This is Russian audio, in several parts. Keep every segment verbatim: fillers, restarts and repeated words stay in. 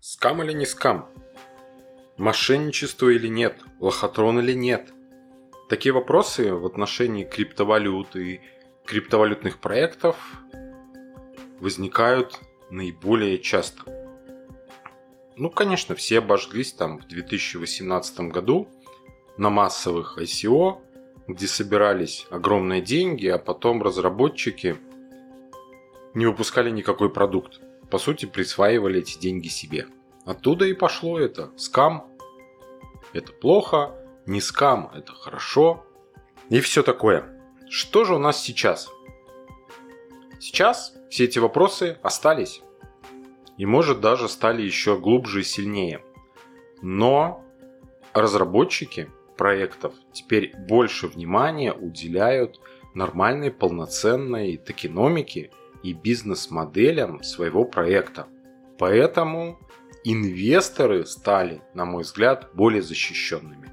Скам или не скам? Мошенничество или нет? Лохотрон или нет? Такие вопросы в отношении криптовалют и криптовалютных проектов возникают наиболее часто. Ну, конечно, все обожглись там в две тысячи восемнадцатом году на массовых ай си о, где собирались огромные деньги, а потом разработчики не выпускали никакой продукт. По сути, присваивали эти деньги себе. Оттуда и пошло это. Скам – это плохо, не скам – это хорошо. И все такое. Что же у нас сейчас? Сейчас все эти вопросы остались. И, может, даже стали еще глубже и сильнее. Но разработчики проектов теперь больше внимания уделяют нормальной, полноценной токеномике и бизнес-моделям своего проекта. Поэтому инвесторы стали, на мой взгляд, более защищенными.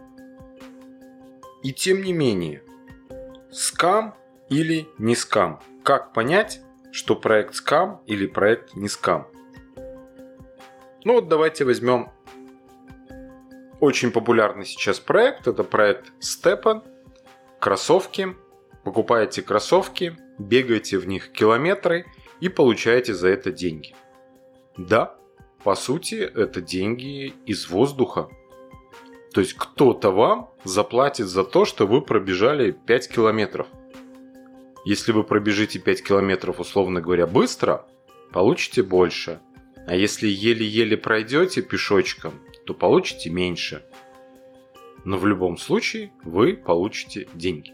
И тем не менее, скам или не скам? Как понять, что проект скам или проект не скам? Ну вот давайте возьмем очень популярный сейчас проект. Это проект Stepan. Кроссовки. Покупаете кроссовки, бегаете в них километры и получаете за это деньги. Да, по сути, это деньги из воздуха. То есть кто-то вам заплатит за то, что вы пробежали пять километров. Если вы пробежите пять километров, условно говоря, быстро, получите больше. А если еле-еле пройдете пешочком, то получите меньше. Но в любом случае вы получите деньги.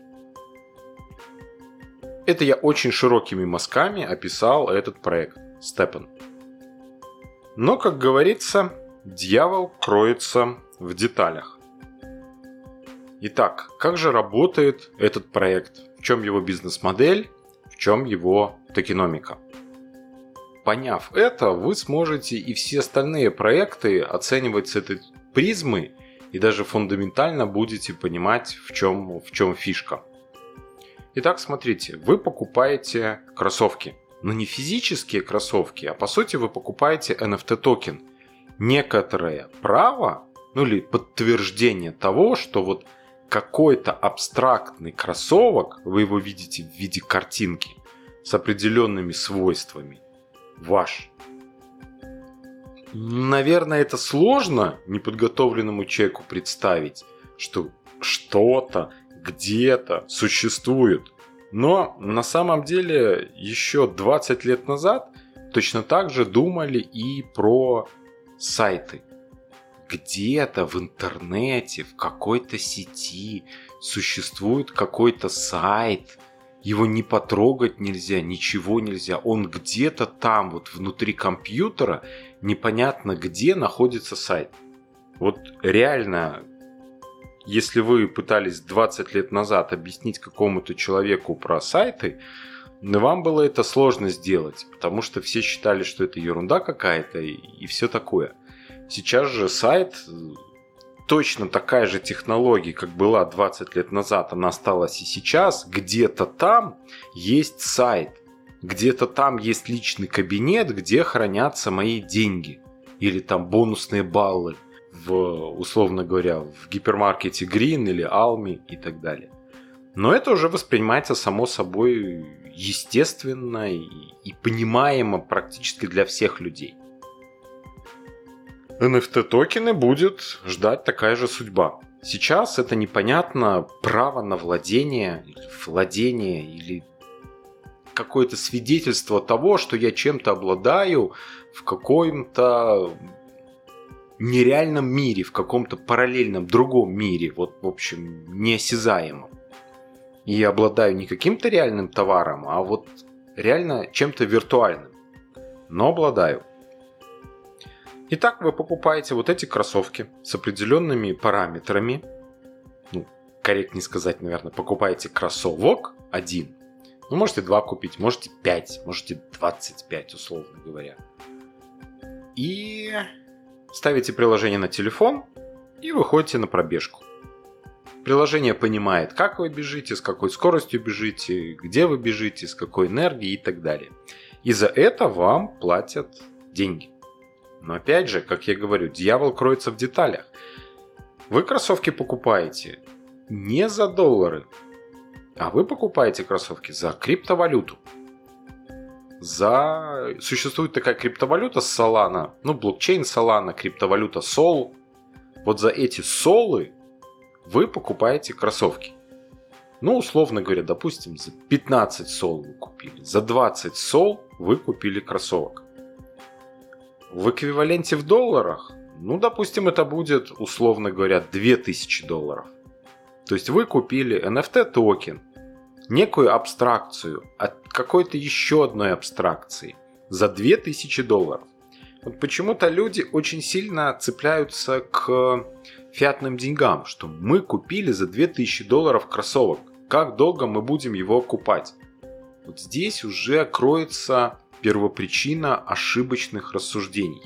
Это я очень широкими мазками описал этот проект Stepan. Но, как говорится, дьявол кроется в деталях. Итак, как же работает этот проект? В чем его бизнес-модель? В чем его токеномика? Поняв это, вы сможете и все остальные проекты оценивать с этой призмы и даже фундаментально будете понимать, в чем, в чем фишка. Итак, смотрите, вы покупаете кроссовки. Но не физические кроссовки, а по сути вы покупаете эн эф ти токен. Некоторое право, ну или подтверждение того, что вот какой-то абстрактный кроссовок, вы его видите в виде картинки с определенными свойствами, ваш. Наверное, это сложно неподготовленному человеку представить, что что-то где-то существует. Но на самом деле еще двадцать лет назад точно так же думали и про сайты. Где-то в интернете, в какой-то сети существует какой-то сайт. Его не потрогать нельзя, ничего нельзя. Он где-то там, вот внутри компьютера, непонятно где находится сайт. Вот реально, если вы пытались двадцать лет назад объяснить какому-то человеку про сайты, вам было это сложно сделать, потому что все считали, что это ерунда какая-то и, и все такое. Сейчас же сайт, точно такая же технология, как была двадцать лет назад, она осталась и сейчас. Где-то там есть сайт, где-то там есть личный кабинет, где хранятся мои деньги или там бонусные баллы. В, условно говоря, в гипермаркете Green или Almi и так далее. Но это уже воспринимается само собой естественно и, и понимаемо практически для всех людей. эн эф ти токены будет ждать такая же судьба. Сейчас это непонятно право на владение, владение или какое-то свидетельство того, что я чем-то обладаю в каком-то нереальном мире, в каком-то параллельном другом мире, вот в общем неосязаемом. И я обладаю не каким-то реальным товаром, а вот реально чем-то виртуальным. Но обладаю. Итак, вы покупаете вот эти кроссовки с определенными параметрами. Ну, корректнее сказать, наверное, покупаете кроссовок один. Ну, можете два купить, можете пять, можете двадцать пять, условно говоря. И ставите приложение на телефон и выходите на пробежку. Приложение понимает, как вы бежите, с какой скоростью бежите, где вы бежите, с какой энергией и так далее. И за это вам платят деньги. Но опять же, как я говорю, дьявол кроется в деталях. Вы кроссовки покупаете не за доллары, а вы покупаете кроссовки за криптовалюту. За... Существует такая криптовалюта Solana, ну блокчейн Solana, криптовалюта Sol. Вот за эти солы вы покупаете кроссовки. Ну, условно говоря, допустим, за пятнадцать сол вы купили, за двадцать сол вы купили кроссовок. В эквиваленте в долларах, ну, допустим, это будет, условно говоря, две тысячи долларов. То есть вы купили эн эф ти токен, некую абстракцию от какой-то еще одной абстракции за две тысячи долларов. Вот почему-то люди очень сильно цепляются к фиатным деньгам, что мы купили за две тысячи долларов кроссовок. Как долго мы будем его окупать? Вот здесь уже кроется первопричина ошибочных рассуждений.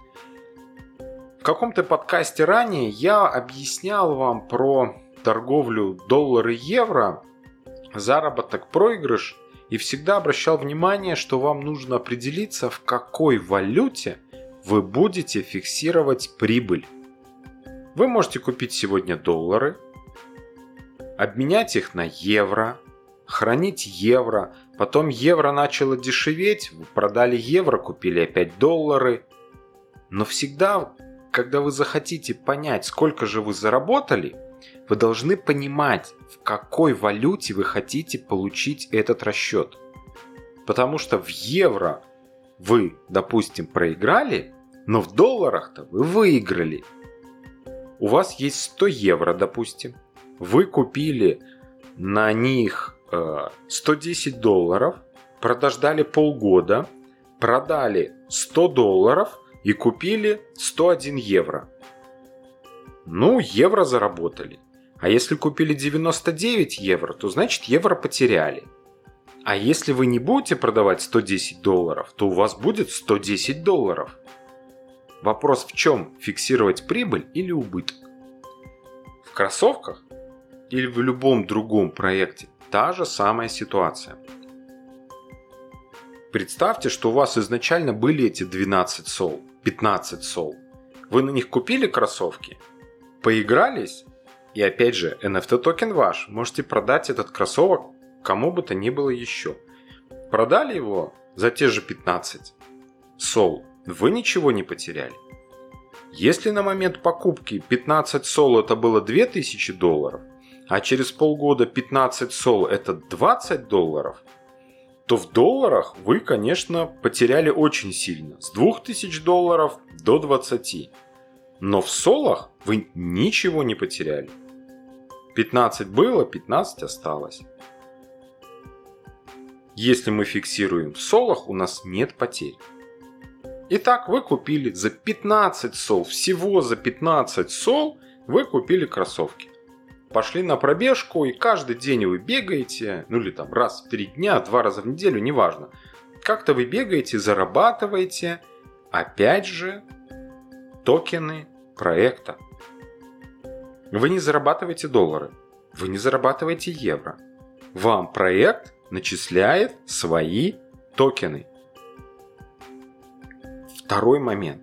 В каком-то подкасте ранее я объяснял вам про торговлю доллар и евро, заработок, проигрыш, и всегда обращал внимание, что вам нужно определиться, в какой валюте вы будете фиксировать прибыль. Вы можете купить сегодня доллары, обменять их на евро, хранить евро, потом евро начало дешеветь, вы продали евро, купили опять доллары. Но всегда, когда вы захотите понять, сколько же вы заработали, вы должны понимать, в какой валюте вы хотите получить этот расчет. Потому что в евро вы, допустим, проиграли, но в долларах-то вы выиграли. У вас есть сто евро, допустим. Вы купили на них э, сто десять долларов, подождали полгода, продали сто долларов и купили сто один евро. Ну, евро заработали. А если купили девяносто девять евро, то значит евро потеряли. А если вы не будете продавать сто десять долларов, то у вас будет сто десять долларов. Вопрос в чем? Фиксировать прибыль или убыток? В кроссовках или в любом другом проекте та же самая ситуация. Представьте, что у вас изначально были эти двенадцать сол, пятнадцать сол. Вы на них купили кроссовки, поигрались, и опять же эн эф ти токен ваш. Можете продать этот кроссовок кому бы то ни было еще. Продали его за те же пятнадцать сол. Вы ничего не потеряли. Если на момент покупки пятнадцать сол это было две тысячи долларов, а через полгода пятнадцать сол это двадцать долларов, то в долларах вы, конечно, потеряли очень сильно. С двух тысяч долларов до двадцати. Но в солах вы ничего не потеряли. пятнадцать было, пятнадцать осталось. Если мы фиксируем в солах, у нас нет потерь. Итак, вы купили за пятнадцать сол, всего за пятнадцать сол вы купили кроссовки. Пошли на пробежку, и каждый день вы бегаете, ну или там раз в три дня, два раза в неделю, неважно. Как-то вы бегаете, зарабатываете, опять же, токены проекта. Вы не зарабатываете доллары, вы не зарабатываете евро. Вам проект начисляет свои токены. Второй момент.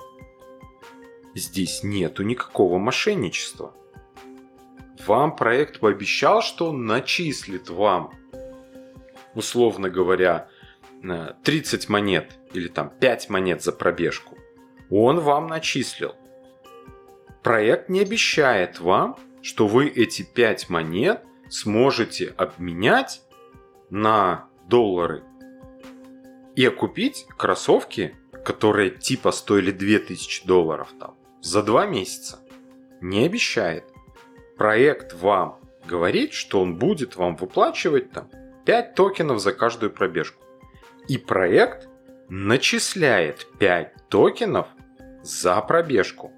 Здесь нету никакого мошенничества. Вам проект пообещал, что он начислит вам, условно говоря, тридцать монет или там пять монет за пробежку. Он вам начислил. Проект не обещает вам, что вы эти пять монет сможете обменять на доллары и окупить кроссовки, которые типа стоили две тысячи долларов там, за два месяца. Не обещает. Проект вам говорит, что он будет вам выплачивать там пять токенов за каждую пробежку. И проект начисляет пять токенов за пробежку.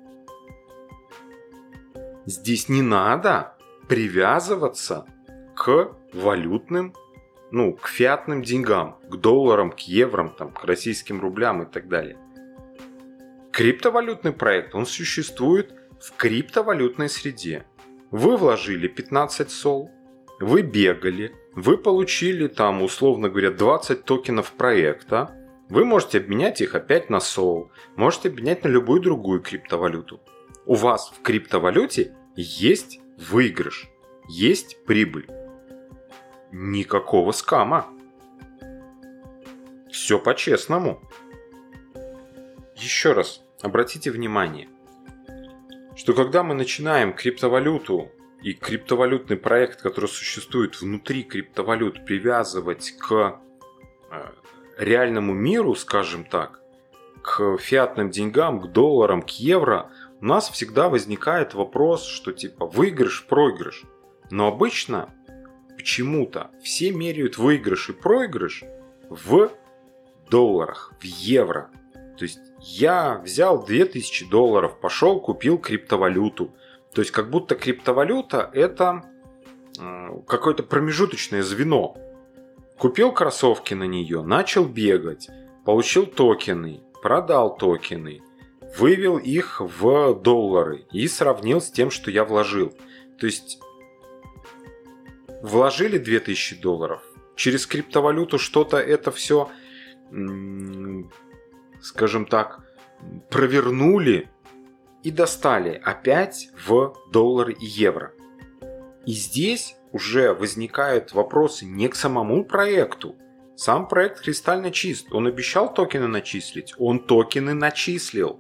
Здесь не надо привязываться к валютным, ну, к фиатным деньгам, к долларам, к еврам, там, к российским рублям и так далее. Криптовалютный проект, он существует в криптовалютной среде. Вы вложили пятнадцать сол, вы бегали, вы получили там, условно говоря, двадцать токенов проекта, Вы можете обменять их опять на сол, можете обменять на любую другую криптовалюту. У вас в криптовалюте есть выигрыш, есть прибыль. Никакого скама. Все по-честному. Еще раз обратите внимание, что когда мы начинаем криптовалюту и криптовалютный проект, который существует внутри криптовалют, привязывать к реальному миру, скажем так, к фиатным деньгам, к долларам, к евро, у нас всегда возникает вопрос, что типа выигрыш, проигрыш. Но обычно почему-то все меряют выигрыш и проигрыш в долларах, в евро. То есть я взял две тысячи долларов, пошел, купил криптовалюту. То есть как будто криптовалюта это какое-то промежуточное звено. Купил кроссовки на нее, начал бегать, получил токены, продал токены, вывел их в доллары и сравнил с тем, что я вложил. То есть вложили две тысячи долларов, через криптовалюту что-то это все, скажем так, провернули и достали опять в доллары и евро. И здесь уже возникают вопросы не к самому проекту. Сам проект кристально чист. Он обещал токены начислить, он токены начислил.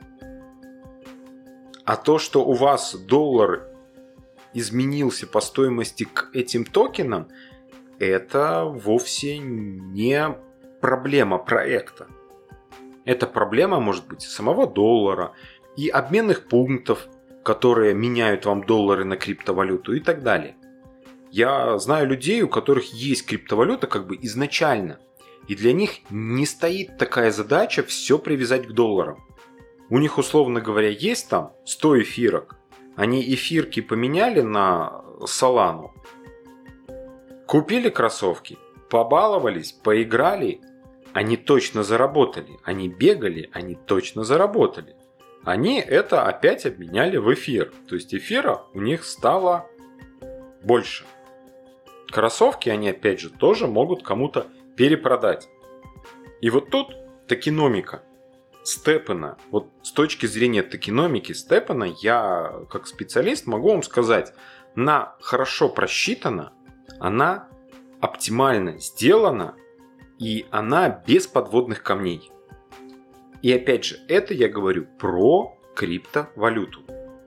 А то, что у вас доллар изменился по стоимости к этим токенам, это вовсе не проблема проекта. Это проблема, может быть, самого доллара и обменных пунктов, которые меняют вам доллары на криптовалюту и так далее. Я знаю людей, у которых есть криптовалюта как бы изначально, и для них не стоит такая задача все привязать к долларам. У них, условно говоря, есть там сто эфирок, они эфирки поменяли на Солану, купили кроссовки, побаловались, поиграли, они точно заработали, они бегали, они точно заработали. Они это опять обменяли в эфир, то есть эфира у них стало больше. Кроссовки они опять же тоже могут кому-то перепродать. И вот тут токеномика Степана, вот с точки зрения токеномики Степана, я как специалист могу вам сказать, она хорошо просчитана, она оптимально сделана и она без подводных камней. И опять же, это я говорю про криптовалюту.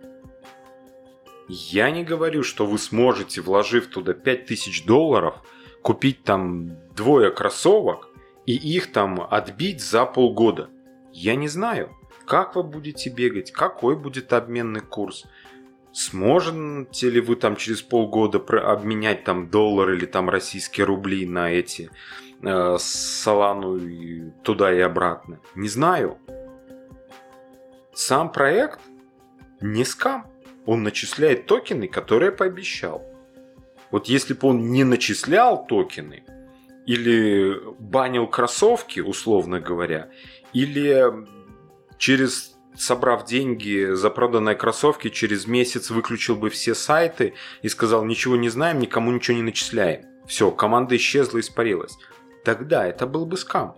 Я не говорю, что вы сможете, вложив туда пять тысяч долларов, купить там двое кроссовок и их там отбить за полгода. Я не знаю, как вы будете бегать, какой будет обменный курс. Сможете ли вы там через полгода обменять там доллар или там российские рубли на эти э, Солану и туда и обратно? Не знаю. Сам проект не скам. Он начисляет токены, которые пообещал. Вот если бы он не начислял токены, или банил кроссовки, условно говоря, или через, собрав деньги за проданные кроссовки, через месяц выключил бы все сайты и сказал, ничего не знаем, никому ничего не начисляем. Все, команда исчезла, испарилась. Тогда это был бы скам.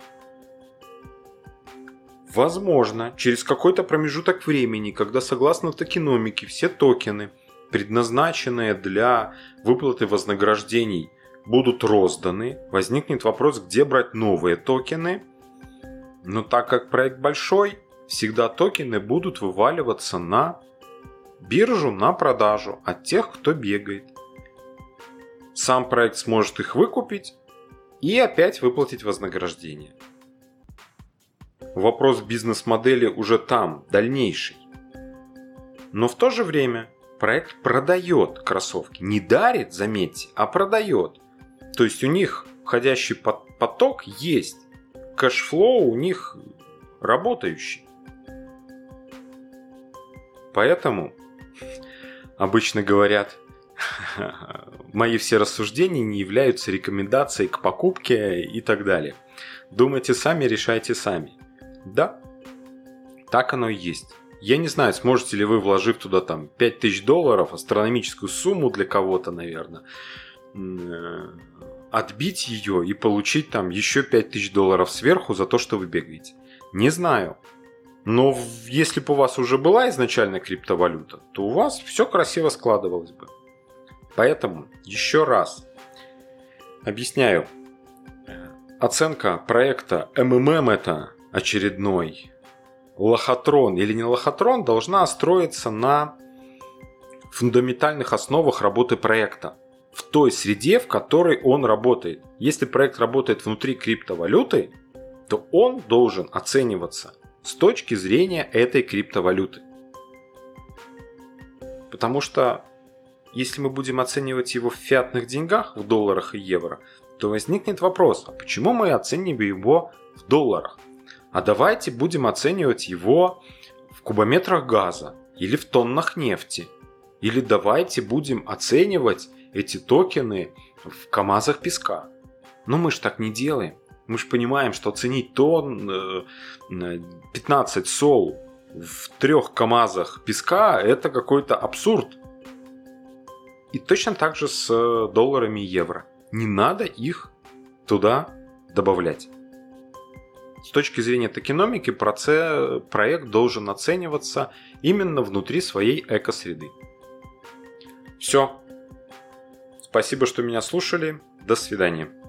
Возможно, через какой-то промежуток времени, когда согласно токеномике все токены, предназначенные для выплаты вознаграждений, будут розданы, возникнет вопрос, где брать новые токены. Но так как проект большой, всегда токены будут вываливаться на биржу, на продажу от тех, кто бегает. Сам проект сможет их выкупить и опять выплатить вознаграждение. Вопрос бизнес-модели уже там, дальнейший. Но в то же время проект продает кроссовки. Не дарит, заметьте, а продает. То есть у них входящий поток есть. Кэшфлоу у них работающий. Поэтому обычно говорят, мои все рассуждения не являются рекомендацией к покупке и так далее. Думайте сами, решайте сами. Да, так оно и есть. Я не знаю, сможете ли вы, вложив туда там пять тысяч долларов, астрономическую сумму для кого-то, наверное, отбить ее и получить там еще пять тысяч долларов сверху за то, что вы бегаете? Не знаю. Но если бы у вас уже была изначально криптовалюта, то у вас все красиво складывалось бы. Поэтому еще раз объясняю. Оценка проекта эм эм эм это очередной лохотрон или не лохотрон должна строиться на фундаментальных основах работы проекта. В той среде, в которой он работает. Если проект работает внутри криптовалюты, то он должен оцениваться с точки зрения этой криптовалюты. Потому что если мы будем оценивать его в фиатных деньгах, в долларах и евро, то возникнет вопрос, а почему мы оцениваем его в долларах? А давайте будем оценивать его в кубометрах газа или в тоннах нефти. Или давайте будем оценивать эти токены в КАМАЗах песка. Но мы же так не делаем. Мы же понимаем, что оценить тонн пятнадцать сол в трех КАМАЗах песка – это какой-то абсурд. И точно так же с долларами и евро. Не надо их туда добавлять. С точки зрения токеномики проект должен оцениваться именно внутри своей экосреды. Все. Спасибо, что меня слушали. До свидания.